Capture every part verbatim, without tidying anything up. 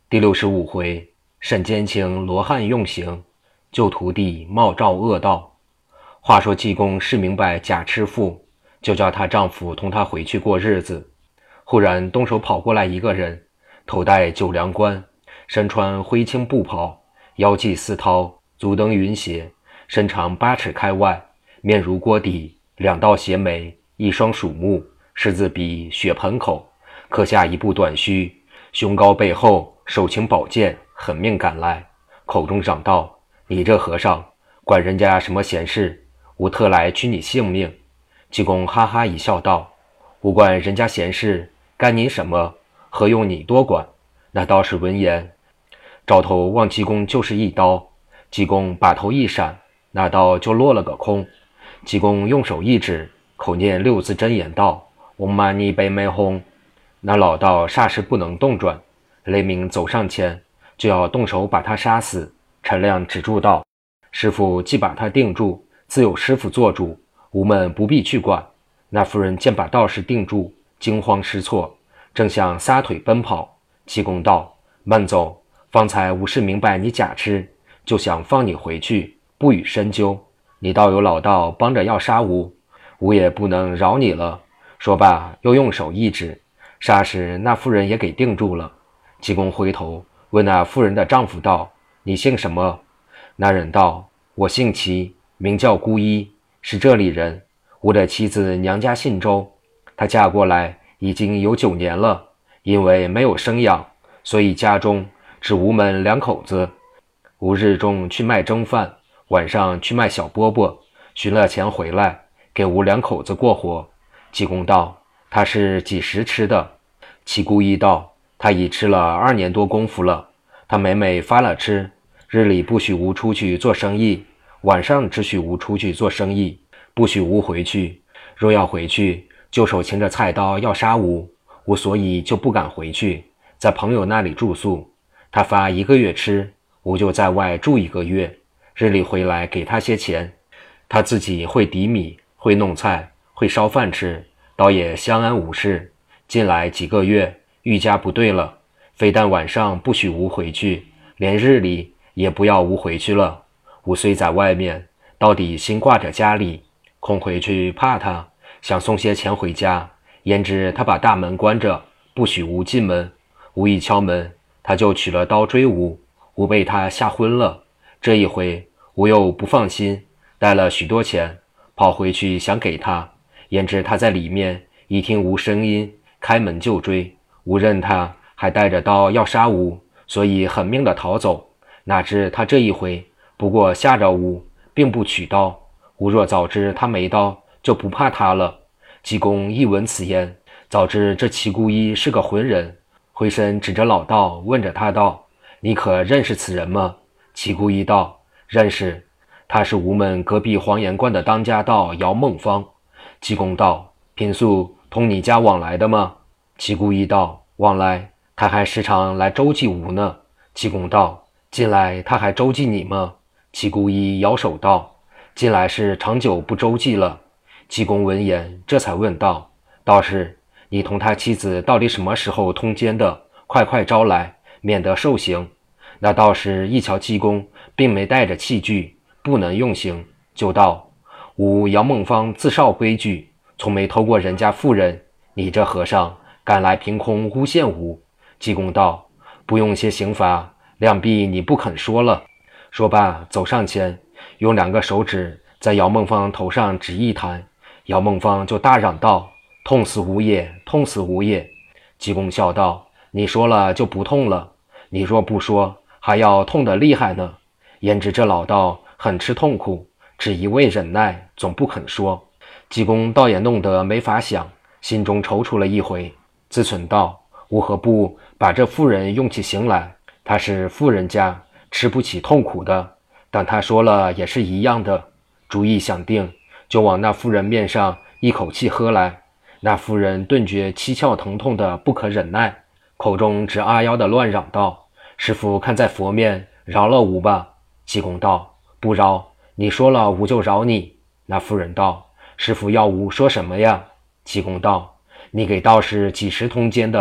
第六十五回，沈监情罗汉用刑，救徒弟冒照恶道。话说济公是明白假痴妇，就叫她丈夫同她回去过日子。忽然东手跑过来一个人，头戴九梁冠，身穿灰青布袍，腰系丝绦，足蹬云鞋，身长八尺开外，面如锅底，两道斜眉，一双鼠目，狮子鼻，血盆口，刻下一部短须，胸高背厚，手擎宝剑，狠命赶来，口中嚷道：你这和尚管人家什么闲事，吾特来取你性命。济公哈哈一笑道：吾管人家闲事，干你什么？何用你多管？那道士闻言，照头望济公就是一刀，济公把头一闪，那刀就落了个空。济公用手一指，口念六字真言道：嗡嘛呢呗咪吽。那老道霎时不能动转，雷鸣走上前，就要动手把他杀死。陈亮止住道：师傅既把他定住，自有师傅做主，吾们不必去管。那妇人见把道士定住，惊慌失措，正想撒腿奔跑。济公道：慢走，方才吾是明白你假痴，就想放你回去，不予深究。你倒有老道帮着要杀吾，吾也不能饶你了。说罢又用手一指，霎时那妇人也给定住了。济公回头问那妇人的丈夫道：你姓什么？那人道：我姓齐，名叫孤一，是这里人。我的妻子娘家姓周，她嫁过来已经有九年了，因为没有生养，所以家中只吾们两口子。吾日中去卖蒸饭，晚上去卖小饽饽，寻了钱回来给吾两口子过活。济公道：他是几时吃的？齐孤一道：他已吃了二年多功夫了，他每每发了吃，日里不许吾出去做生意，晚上只许吾出去做生意，不许吾回去。若要回去，就手擎着菜刀要杀吾，吾所以就不敢回去，在朋友那里住宿。他发一个月吃，吾就在外住一个月，日里回来给他些钱。他自己会抵米，会弄菜，会烧饭吃，倒也相安无事。近来几个月愈加不对了，非但晚上不许吾回去，连日里也不要吾回去了。吾虽在外面，到底心挂着家里，空回去怕他，想送些钱回家，焉知他把大门关着，不许吾进门。吾一敲门，他就取了刀追吾，吾被他吓昏了。这一回吾又不放心，带了许多钱跑回去想给他，焉知他在里面一听无声音，开门就追。吾认他还带着刀要杀吾，所以狠命的逃走。哪知他这一回不过吓着吾，并不取刀。吾若早知他没刀，就不怕他了。济公一闻此言，早知这齐孤一是个浑人，回身指着老道问着他道：你可认识此人吗？齐孤一道：认识，他是吾们隔壁黄岩观的当家道姚孟芳。济公道：平素同你家往来的吗？齐孤一道：往来，他还时常来周济吾呢。济公道：近来他还周济你吗？齐孤一摇手道：近来是长久不周济了。济公闻言，这才问道：道士，你同他妻子到底什么时候通奸的？快快招来，免得受刑。那道士一瞧济公并没带着器具，不能用刑，就道：吾姚孟芳自少规矩，从没偷过人家妇人，你这和尚敢来凭空诬陷吾。济公道：不用些刑罚，量必你不肯说了。说罢走上前，用两个手指在姚孟芳头上指一弹，姚孟芳就大嚷道：痛死吾也，痛死吾也。济公笑道：你说了就不痛了，你若不说，还要痛得厉害呢。焉知这老道很吃痛苦，只一味忍耐，总不肯说。济公倒也弄得没法想，心中踌躇了一回，自忖道：吾何不把这妇人用起刑来？她是富人家，吃不起痛苦的，但他说了也是一样的。主意想定，就往那妇人面上一口气喝来。那妇人顿觉七窍疼痛的不可忍耐，口中直啊腰的乱嚷道：师父看在佛面，饶了吾吧。济公道：不饶，你说了吾就饶你。那妇人道：师父要吾说什么呀？济公道：你给道士几时通奸的？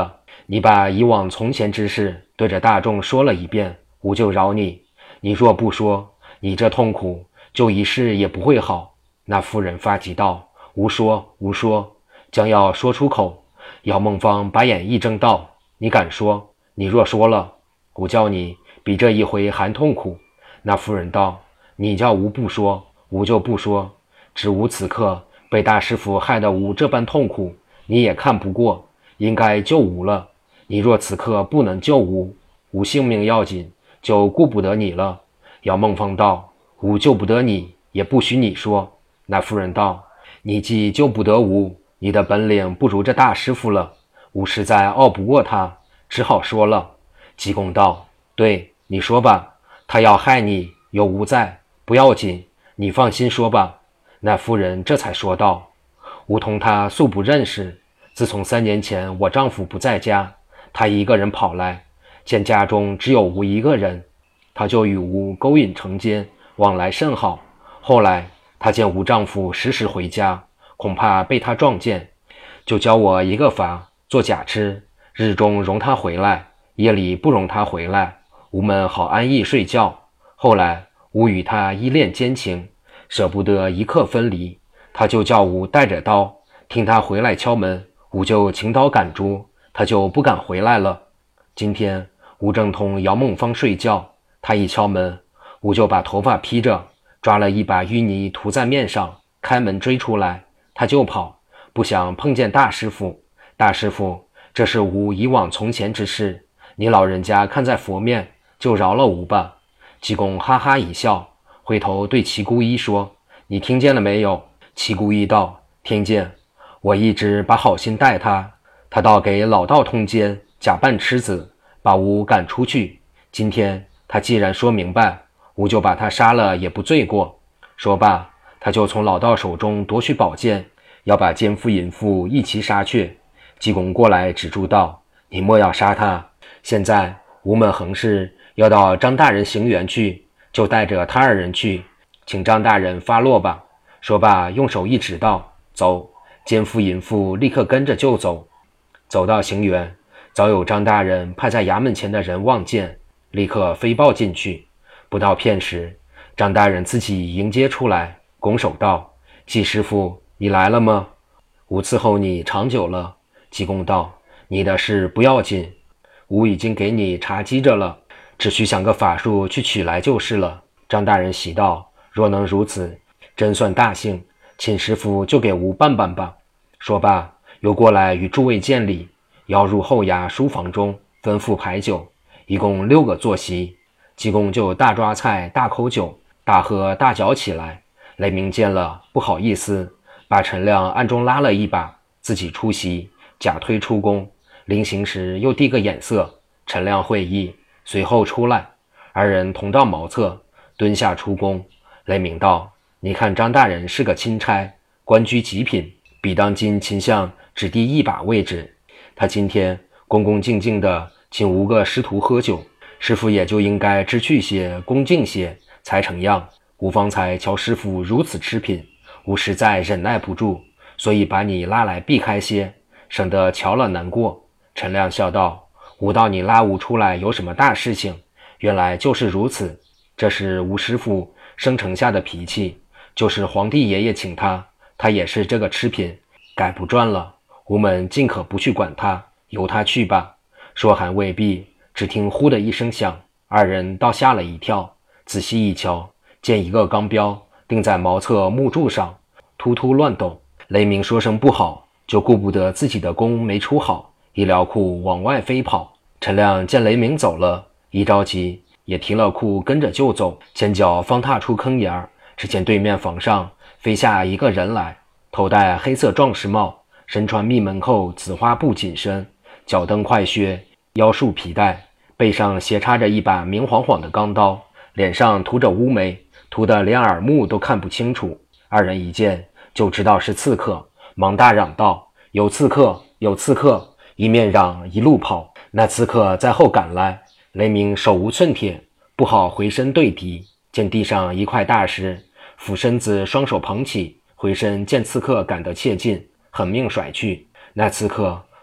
你把以往从前之事对着大众说了一遍，吾就饶你。你若不说，你这痛苦就一世也不会好。”那妇人发急道：“吾说，吾说。”将要说出口，姚梦芳把眼一睁道：“你敢说？你若说了，吾叫你比这一回还痛苦。”那妇人道：“你叫吾不说，吾就不说。只吾此刻被大师傅害得吾这般痛苦，你也看不过，应该救吾了。你若此刻不能救吾，吾性命要紧，就顾不得你了。”姚梦芳道：“吾救不得你，也不许你说。”那妇人道：“你既救不得吾，你的本领不如这大师傅了，吾实在拗不过他，只好说了。”济公道：“对，你说吧，他要害你，有吾在，不要紧，你放心说吧。”那妇人这才说道：“吾同他素不认识，自从三年前我丈夫不在家，他一个人跑来，见家中只有吾一个人，他就与吾勾引成奸，往来甚好。后来他见吾丈夫时时回家，恐怕被他撞见，就教我一个法，做假痴，日中容他回来，夜里不容他回来，吾们好安逸睡觉。后来吾与他依恋奸情，舍不得一刻分离，他就叫吾带着刀，听他回来敲门，吾就擎刀赶逐，他就不敢回来了。今天吾正同姚梦芳睡觉，他一敲门，吾就把头发披着，抓了一把淤泥涂在面上，开门追出来，他就跑，不想碰见大师傅。大师傅，这是吾以往从前之事，你老人家看在佛面，就饶了吾吧。济公哈哈一笑，回头对齐姑医说：“你听见了没有？”齐姑医道：“听见。我一直把好心待他，他倒给老道通奸，假扮痴子，把吾赶出去。今天他既然说明白，吾就把他杀了也不罪过。”说罢，他就从老道手中夺取宝剑，要把奸夫淫妇一齐杀却。济公过来止住道：“你莫要杀他，现在吾们横是要到张大人行辕去，就带着他二人去，请张大人发落吧。”说罢，用手一指道：“走！”奸夫淫妇立刻跟着就走。走到行辕，早有张大人派在衙门前的人望见，立刻飞报进去。不到片时，张大人自己迎接出来，拱手道：“季师傅，你来了吗？吾伺候你长久了。”济公道：“你的事不要紧，吾已经给你茶积着了，只需想个法术去取来就是了。”张大人喜道：“若能如此，真算大幸，请师傅就给吾办办吧。”说罢，又过来与诸位见礼，邀入后衙书房中，吩咐排酒，一共六个坐席。济公就大抓菜，大口酒，大喝大嚼起来。雷鸣见了，不好意思，把陈亮暗中拉了一把，自己出席，假推出宫。临行时又递个眼色，陈亮会意，随后出来，二人同到茅厕，蹲下出宫。雷鸣道：“你看张大人是个钦差，官居极品，比当今秦相只低一把位置。他今天恭恭敬敬地请吾个师徒喝酒，师傅也就应该知趣些，恭敬些才成样。吾方才瞧师傅如此吃品，吾实在忍耐不住，所以把你拉来避开些，省得瞧了难过。”陈亮笑道：“吾道你拉吾出来有什么大事情？原来就是如此。这是吾师傅生成下的脾气，就是皇帝爷爷请他，他也是这个吃品，改不转了。吾们尽可不去管他，由他去吧。”说还未毕，只听呼的一声响，二人倒吓了一跳，仔细一瞧，见一个钢标钉在茅厕木柱上，突突乱动。雷鸣说声不好，就顾不得自己的功没出好，一撩裤往外飞跑。陈亮见雷鸣走了，一着急也提了裤跟着就走，前脚方踏出坑沿，只见对面房上飞下一个人来，头戴黑色壮士帽，身穿密门扣紫花布紧身，脚蹬快靴，腰束皮带，背上斜插着一把明晃晃的钢刀，脸上涂着乌眉，涂得连耳目都看不清楚。二人一见就知道是刺客，忙大嚷道：“有刺客，有刺客！”一面嚷一路跑。那刺客在后赶来，雷鸣手无寸铁，不好回身对敌，见地上一块大石，俯身子双手捧起，回身见刺客赶得切近，狠命甩去。那刺客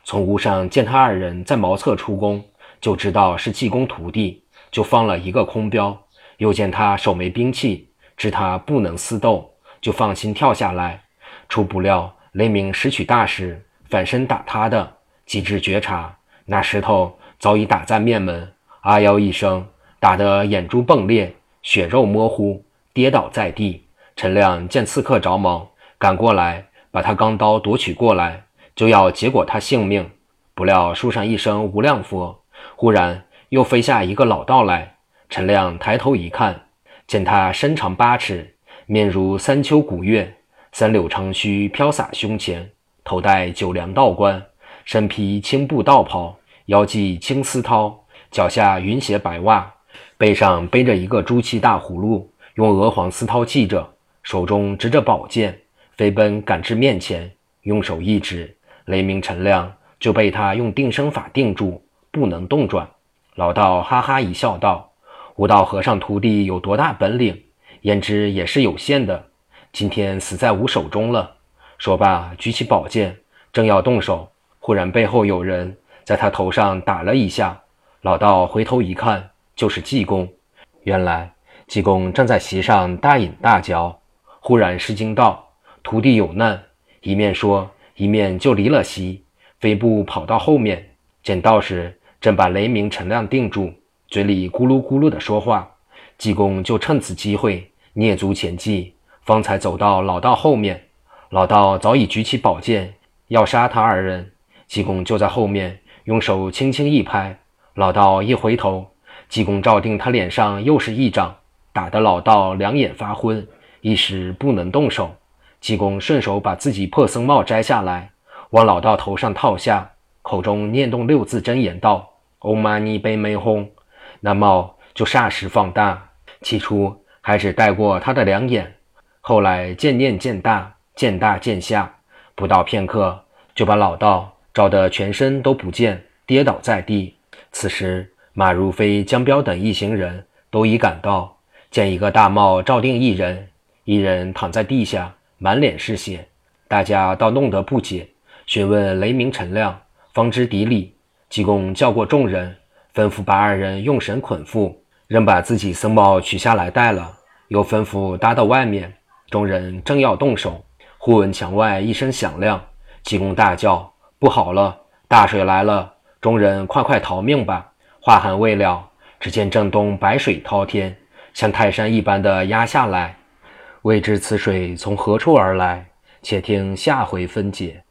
从屋上见他二人在茅厕出宫，就知道是济公徒弟，就放了一个空标。又见他手没兵器，知他不能私斗，就放心跳下来。初不料雷鸣拾取大石，反身打他的，机智觉察，那石头早已打在面门，啊哟一声，打得眼珠迸裂，血肉模糊，跌倒在地。陈亮见刺客着忙，赶过来把他钢刀夺取过来，就要结果他性命。不料树上一声无量佛，忽然又飞下一个老道来。陈亮抬头一看，见他身长八尺，面如三秋古月，三绺长须飘洒胸前，头戴九梁道冠，身披青布道袍，腰系青丝绦，脚下云鞋白袜，背上背着一个朱漆大葫芦，用鹅黄丝绦系着，手中执着宝剑，飞奔赶至面前，用手一指，雷鸣陈亮就被他用定身法定住，不能动转。老道哈哈一笑道：悟道和尚徒弟有多大本领，焉知也是有限的，今天死在吾手中了。说罢举起宝剑，正要动手，忽然背后有人在他头上打了一下。老道回头一看，就是济公。原来济公正在席上大饮大嚼，忽然失惊道：徒弟有难。一面说，一面就离了席，飞步跑到后面，见道士正把雷鸣陈亮定住，嘴里咕噜咕噜的说话。济公就趁此机会蹑足前进，方才走到老道后面。老道早已举起宝剑要杀他二人，济公就在后面用手轻轻一拍。老道一回头，济公照定他脸上又是一掌，打得老道两眼发昏，一时不能动手。济公顺手把自己破僧帽摘下来，往老道头上套下，口中念动六字真言道：唵嘛呢呗咪吽。那帽就霎时放大，起初还只戴过他的两眼，后来渐念渐大，渐大渐下，不到片刻就把老道照得全身都不见，跌倒在地。此时马如飞、江彪等一行人都已赶到，见一个大帽照定一人，一人躺在地下，满脸是血，大家倒弄得不解，询问雷鸣陈亮，方知底里。济公叫过众人，吩咐把二人用绳捆缚，仍把自己僧帽取下来戴了，又吩咐搭到外面。众人正要动手，忽闻墙外一声响亮，济公大叫：不好了，大水来了，众人快快逃命吧。话还未了，只见正东白水滔天，像泰山一般的压下来，未知此水从何处而来，且听下回分解。